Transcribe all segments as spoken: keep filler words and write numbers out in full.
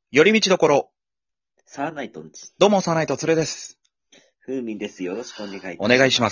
寄り道どころ。 サーナイトンチ。 どうも、サーナイトツルです。 ふうみんです。よろしくお願いいたします。 お願いします。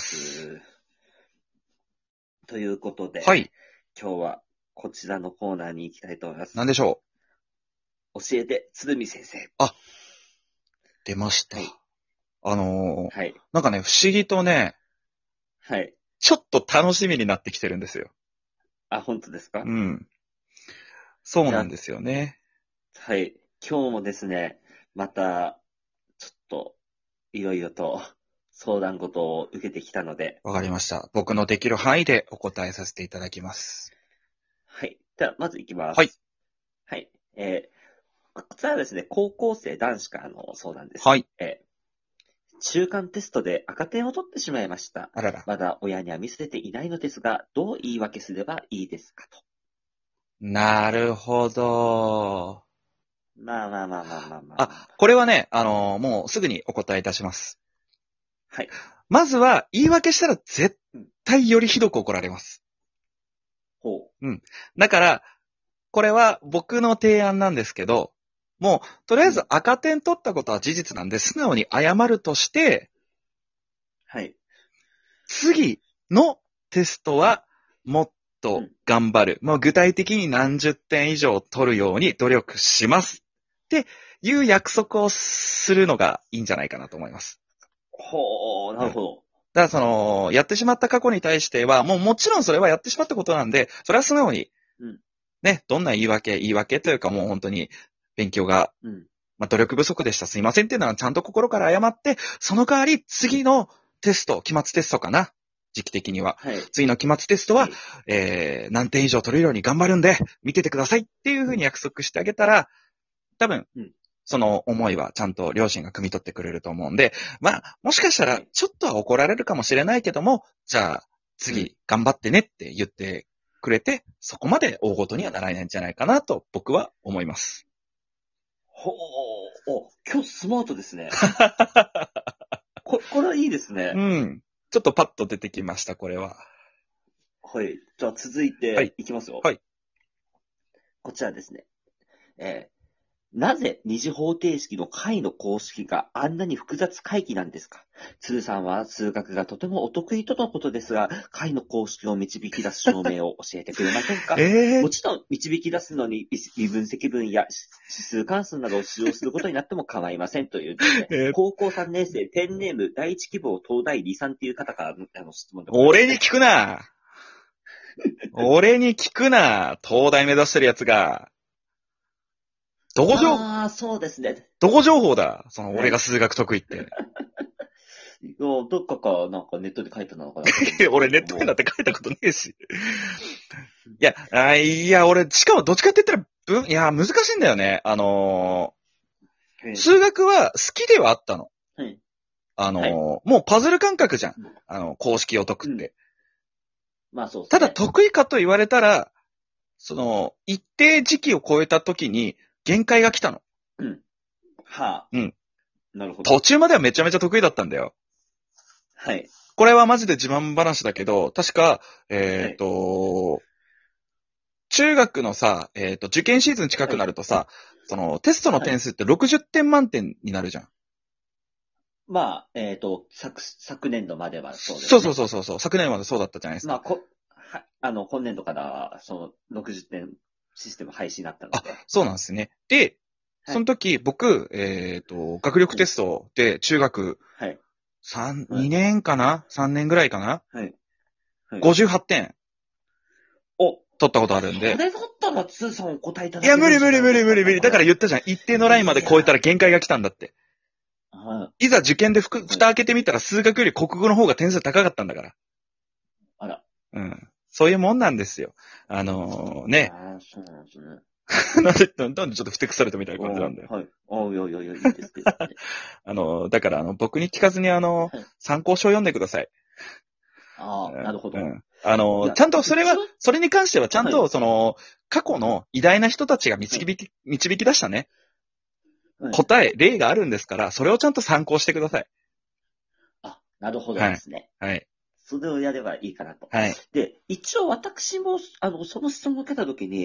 ということで、 はい。 今日はこちらのコーナーに行きたいと思います。 何でしょ教えて、鶴見先生。 う。あ、出ました。 はい。 あのー、 はい。 なんかね、不思議とね、 はい。 ちょっと楽しみになってきてるんですよ。 あ、本当ですか？ うん。そうじゃあ、 なんですよね。 はい。今日もですね、また、ちょっと、いろいろと相談事を受けてきたので、 わかりました。僕のできる範囲でお答えさせていただきます。 はい。じゃあ、まず行きまはい。 す。はい。えー、こちらはですね、高校生男子からの相談です。 はい。 えー中間テストで赤点を取ってしまいました。 あらら。 まだ親には見せていないのですが、どう言い訳すればいいですかと。 なるほど。 まあまあまあまあまあまあ。 あ、これはね、あのーもうすぐにお答えいたします。 はい。 まずは、言い訳したら絶対よりひどく怒られます。 ほうん。だから、これは僕の提案なんですけど、もう、とりあえず赤点取ったことは事実なんで、素直に謝るとして、 はい。 次のテストはもっと頑張る。もう具体的に何十点以上取るように努力します。っていう約束をするのがいいんじゃないかなと思います。 ほう、なるほど。 だからその、やってしまった過去に対しては、もうもちろんそれはやってしまったことなんで、それは素直に、 うんね、どんな言い訳、言い訳というかもう本当に勉強が、 うん。 まあ、努力不足でした、すいませんっていうのはちゃんと心から謝って、その代わり次のテスト、期末テストかな、時期的には。 はい。 次の期末テストは、 はい。 えー、何点以上取れるように頑張るんで、見ててくださいっていうふうに約束してあげたら、多分、 うんその思いはちゃんと両親が汲み取ってくれると思うんで、まあ、もしかしたらちょっとは怒られるかもしれないけども、じゃあうん次頑張ってねって言ってくれて、そこまで大ごとにはならないんじゃないかなと僕は思います。 ほう、お、今日スマートですね。こ、これはいいですね。 うん。ちょっとパッと出てきました、これは。 はい。じゃあ続いはいていきますよ。 はい。 こちらですね。えーなぜ二次方程式の解の公式があんなに複雑回帰なんですか？鶴さんは数学がとてもお得意とのことですが、解の公式を導き出す証明を教えてくれませんか？ えー、 もちろん導き出すのに微分積分や指数関数などを使用することになっても構いませんというですね、 えー、 高校さんねん生ペンネーム第一希望東大理さんっていう方からのあの質問でございます、 俺に聞くな俺に聞くな東大目指してるやつが。どこ情、 ああ、そうですね。 どこ情報だそのはい。 俺が数学得意って。 どっかか、なんかネットで書いたのかなと思うんですけれども。 俺ネットになって書いたことねえし。いや、あいや、俺、しかもどっちかって言ったら、ぶいや、難しいんだよね。あのー、 はい数学は好きではあったの。 はいあのーはいもうパズル感覚じゃん。あの、公式を解くって。 まあそうですただね。 得意かと言われたら、その、一定時期を超えた時に限界が来たの。 うん。はあ。 うん。 なるほど。 途中まではめちゃめちゃ得意だったんだよ。 はい。 これはマジで自慢話だけど、確か、えっ、と、中学のさ、えっ、と、受験シーズン近くなるとさ、その、テストの点数ってろくじゅってん満点になるじゃん。 まあ、えっ、と、昨、昨年度まではそうですそうね。 そうそうそう。昨年までそうだったじゃないですか。 まあ、こ、は、あの、今年度から、その、ろくじゅってんシステム廃止になったのあ、 で。 そうなんですね。で、その時、僕、えっ、と、学力テストで中学はい。 三、 はいにねんかな ?さん 年ぐらいかな、 はい。はい。 ごじゅうはってんお、 取ったことあるんで。 それだったら、つーさんお答えいたいや、 だけるんじゃ無理無理ないですか。 無理無理無理。だから言ったじゃん。一定のラインまで超えたら限界が来たんだって。 はいざ受験でふくい。 蓋開けてみたら数学より国語の方が点数高かったんだから。 あら。 うん。そういうもんなんですよ。あのー、ね。 ああ、そうなんですね。 なんで、なんでちょっとふてくされたみたいな感じなんだよ。 はい。ああ、いやいやいや、いいですけどね。 あのー、だからあの、僕に聞かずにあのはい、 参考書を読んでください。 ああ、なるほど。 うん。あのー、 いや、 ちゃんとそれは一番、 それに関してはちゃんと、 はいその、過去の偉大な人たちが導き、導き出したね、 はい。 答え、例があるんですから、それをちゃんと参考してください。 あ、なるほどはい。 ですね。 はい。 それをやればいいかなと。 はい。 で、一応私も、あの、その質問を受けたときに、 うん。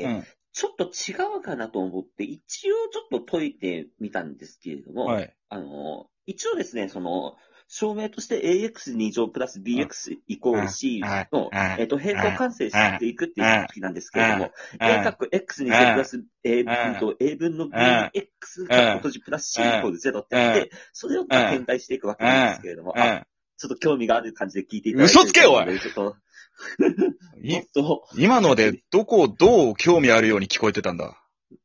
ちょっと違うかなと思って、一応ちょっと解いてみたんですけれども、 はい。 あの、一応ですね、その、証明として エーエックスに 乗プラス ビーエックス イコール C の、えっと、変更関数していくっていう式式なんですけれども、A かっこ X に Z プラス A 分と A 分の ビーエックス かっこ閉じプラス C イコールゼロってやって、それをまあ変態していくわけなんですけれども、あ、ちょっと興味がある感じで聞いていただいて。 嘘つけおいちょっと、ちょっと今のでどこをどう興味あるように聞こえてたんだ。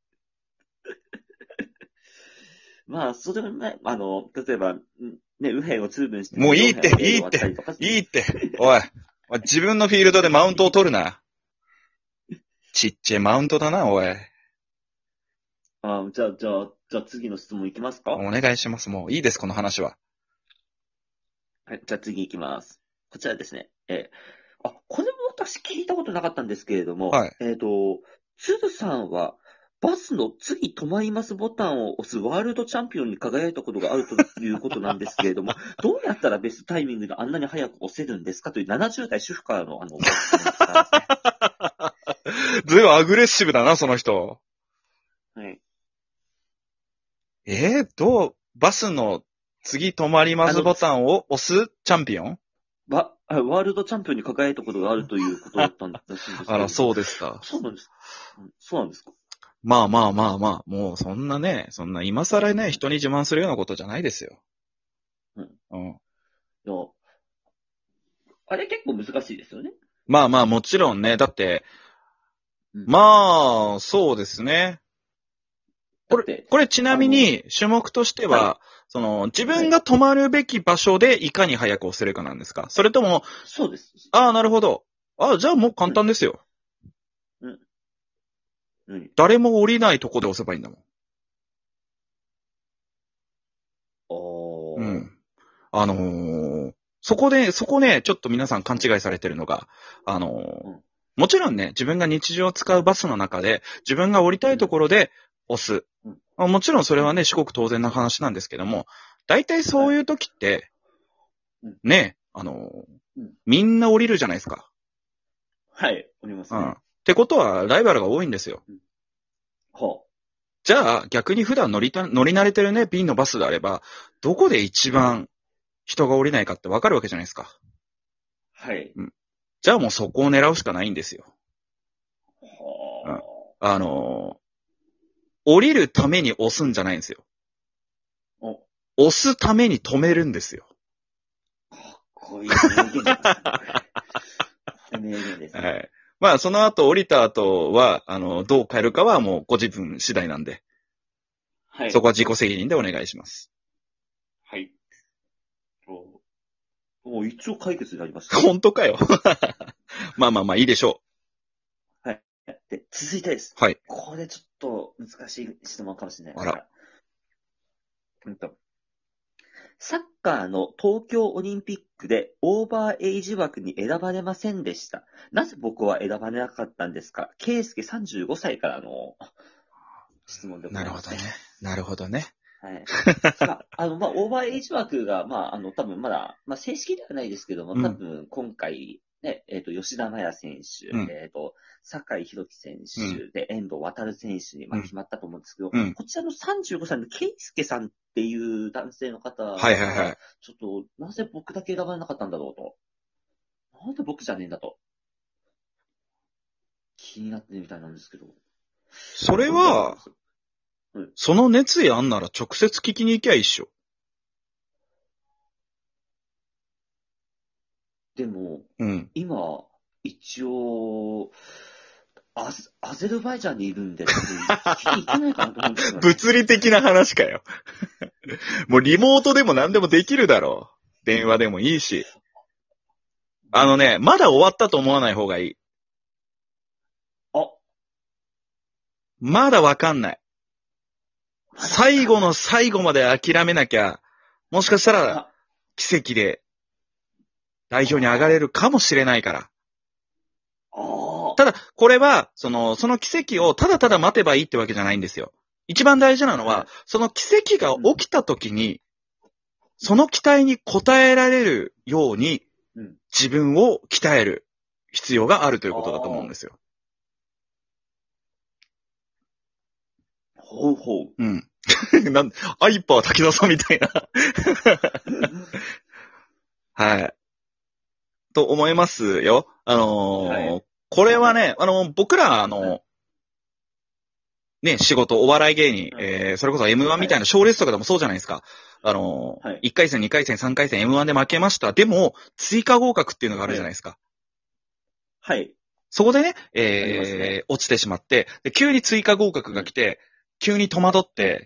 まあ、それもね、あの、例えば、ね、右辺を通分して、 もういいって、いいって、いいって。おい、自分のフィールドでマウントを取るな。ちっちゃいマウントだな、おい。 あじゃあ、じゃあ、じゃあ次の質問いきますか？ お願いします。もういいです、この話は。 はい、じゃあ次いきます。こちらですね。えー、あ、これも私聞いたことなかったんですけれども、 はい。 えっと、つるさんは、バスの次止まりますボタンを押すワールドチャンピオンに輝いたことがあるということなんですけれども、どうやったらベストタイミングであんなに早く押せるんですかというななじゅう代主婦からのあの、 ずいぶんアグレッシブだな、その人。 はい。 えー、どう、バスの次止まりますボタンを押すチャンピオンワワールドチャンピオンに輝いたことがあるということだったんらしいんですけど。 あら、そうですか。 そうなんですか。そうなんですか。 まあまあまあまあ、もうそんなね、そんな今更ね、人に自慢するようなことじゃないですよ。 うん。 うん。 いや、あれ結構難しいですよね。 まあまあもちろんね、だって、 うん、 まあ、そうですね。これ、これちなみに種目としては、はい、その、自分が止まるべき場所でいかに早く押せるかなんですか？それとも、 そうです。 ああ、なるほど。ああ、じゃあもう簡単ですよ。 うん。うん。 誰も降りないとこで押せばいいんだもん。 おー。 うん。あのー、そこで、そこね、ちょっと皆さん勘違いされてるのが、あのーうん、もちろんね、自分が日常使うバスの中で、自分が降りたいところで押す。うん、もちろんそれはね、至極当然な話なんですけども、大体そういう時って、はい、ね、あのーうん、みんな降りるじゃないですか。 はい、降りますね。 うん。ってことは、ライバルが多いんですよ。うん、 はあ、 じゃあ、逆に普段乗りた、乗り慣れてるね、便のバスであれば、どこで一番人が降りないかってわかるわけじゃないですか。 はい。 うん。じゃあもうそこを狙うしかないんですよ。 はあ、うん。あのー、降りるために押すんじゃないんですよ。 お押すために止めるんですよ。 かっこいい名言ですね。名言ですね。 はい。まあ、その後降りた後は、あの、どう変えるかはもうご自分次第なんで。はい。そこは自己責任でお願いします。 はい。もう一応解決になりました。 本当かよ。まあまあまあいいでしょう。はい。で、続いてです。 はい。 これちょっと難しい質問かもしれない。 あら。 うんと。サッカーの東京オリンピックでオーバーエイジ枠に選ばれませんでした。なぜ僕は選ばれなかったんですか？ケイスケさんじゅうごさいからの質問でございます、ね。 なるほどね。なるほどね。 はい。まあ、あの、まあ、オーバーエイジ枠が、まあ、あの、多分まだ、まあ、正式ではないですけども、多分今回、ね、えっ、ー、と、吉田麻也選手、うん、えっ、ー、と、酒井宏樹選手で、遠藤航選手に、まあ、決まったと思うんですけど、うん、こちらのさんじゅうごさいのケイスケさんっていう男性の方は、 はいはいはい。 ちょっと、なぜ僕だけ選ばれなかったんだろうと。なんで僕じゃねえんだと。気になってるみたいなんですけど。 それは、うん、その熱意あんなら直接聞きに行きゃいいっしょ。 でも、 うん、 今、一応、ア, アゼルバイジャンにいるんで、聞きに行けないかなと思うんですよ、ね。 物理的な話かよ。もうリモートでも何でもできるだろう。電話でもいいし。あのね、まだ終わったと思わない方がいい。 あ。 まだわかんない。最後の最後まで諦めなきゃ、もしかしたら奇跡で代表に上がれるかもしれないから。ただ、これは、その、その奇跡をただただ待てばいいってわけじゃないんですよ。一番大事なのは、その奇跡が起きた時に、その期待に応えられるように、自分を鍛える必要があるということだと思うんですよ。 ほうほう。 うん。なん、アイパー滝沢さんみたいな。はい。と思いますよ。あのーはい、これはね、あのー、僕ら、あのー、ね、仕事、お笑い芸人、えー、それこそ エムワン みたいな賞レースとかでもそうじゃないですか。あのー、はい、いっかい戦、にかい戦、さんかい戦、エムワン で負けました。でも、追加合格っていうのがあるじゃないですか。 はい。はい、 そこでね、えー、ね、落ちてしまって、で、急に追加合格が来て、うん、急に戸惑って、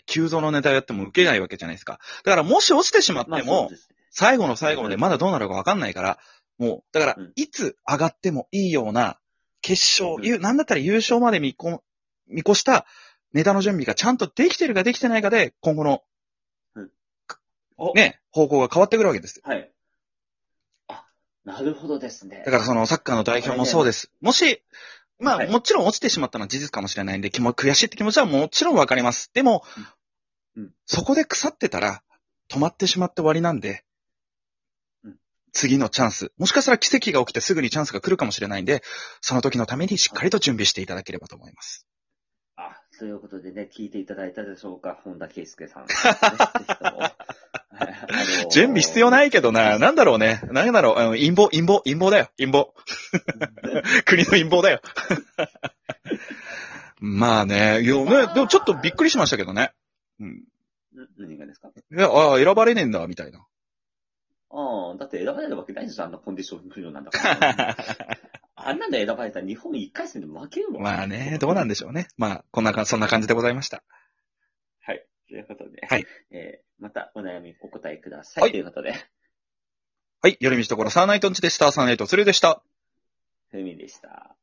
急増のネタやっても受けないわけじゃないですか。だからもし落ちてしまっても、まあ、最後の最後までまだどうなるかわかんないから、もう、だから、いつ上がってもいいような、決勝、うん、なんだったら優勝まで見こ、見越したネタの準備がちゃんとできてるかできてないかで、今後の、うん、ね、方向が変わってくるわけです。 はい。あ、なるほどですね。 だからそのサッカーの代表もそうです。もし、まあ、はい、もちろん落ちてしまったのは事実かもしれないんで、悔しいって気持ちはもちろんわかります。でも、うんうん、そこで腐ってたら、止まってしまって終わりなんで、うん、次のチャンス、もしかしたら奇跡が起きてすぐにチャンスが来るかもしれないんで、その時のためにしっかりと準備していただければと思います。 あ、ということでね、聞いていただいたでしょうか、本田圭佑さん、ね。 準備必要ないけどな、なんだろうね。なんだろう、あの陰謀、陰謀、陰謀だよ、陰謀。国の陰謀だよ。まあね、いやね、でもちょっとびっくりしましたけどね。うん。 何がですか？ いや、ああ、選ばれねえんだ、みたいな。 ああ、だって選ばれるわけないでしょ、あんなコンディション不良なんだから。あんなんで選ばれたら日本いっかい戦で負けるもん。 まあね、どうなんでしょうね。まあ、こんなか、そんな感じでございました。 はい。ということで、 はい。 えー、またお悩みお答えください。はい。ということで。 はい。寄り道ところサーナイトンチでした。サーナイトスリーでした。 ふみでした。